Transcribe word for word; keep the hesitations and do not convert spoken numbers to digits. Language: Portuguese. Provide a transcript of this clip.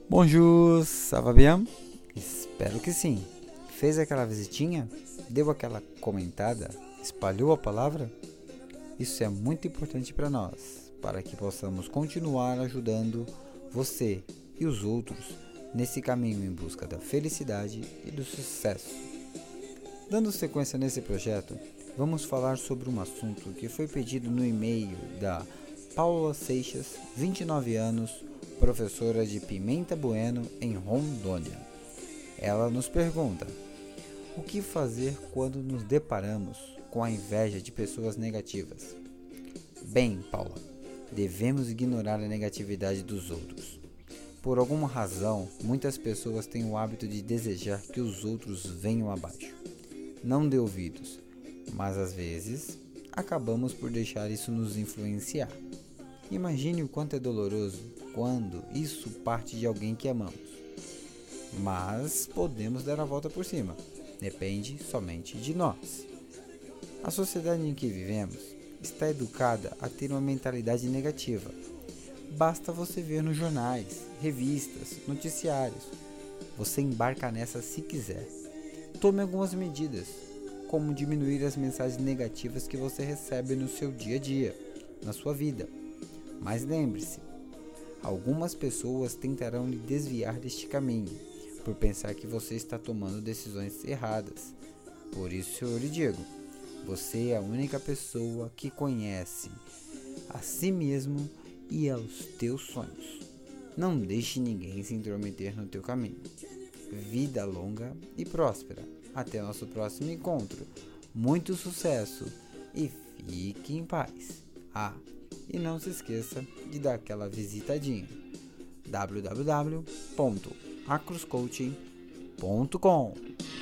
Bonjour, ça va bien? Espero que sim. Fez aquela visitinha? Deu aquela comentada? Espalhou a palavra? Isso é muito importante para nós, para que possamos continuar ajudando você e os outros nesse caminho em busca da felicidade e do sucesso. Dando sequência nesse projeto, vamos falar sobre um assunto que foi pedido no e-mail da Paula Seixas, vinte e nove anos, professora de Pimenta Bueno, em Rondônia. Ela nos pergunta: o que fazer quando nos deparamos com a inveja de pessoas negativas? Bem, Paula, devemos ignorar a negatividade dos outros. Por alguma razão, muitas pessoas têm o hábito de desejar que os outros venham abaixo. Não dê ouvidos, mas às vezes acabamos por deixar isso nos influenciar. Imagine o quanto é doloroso quando isso parte de alguém que amamos. Mas podemos dar a volta por cima. Depende somente de nós. A sociedade em que vivemos está educada a ter uma mentalidade negativa. Basta você ver nos jornais, revistas, noticiários. Você embarca nessa se quiser. Tome algumas medidas, como diminuir as mensagens negativas que você recebe no seu dia a dia, na sua vida. Mas lembre-se, algumas pessoas tentarão lhe desviar deste caminho, por pensar que você está tomando decisões erradas. Por isso eu lhe digo, você é a única pessoa que conhece a si mesmo e aos teus sonhos. Não deixe ninguém se intrometer no teu caminho. Vida longa e próspera. Até nosso próximo encontro. Muito sucesso e fique em paz. Ah, e não se esqueça de dar aquela visitadinha. w w w ponto acroscoaching ponto com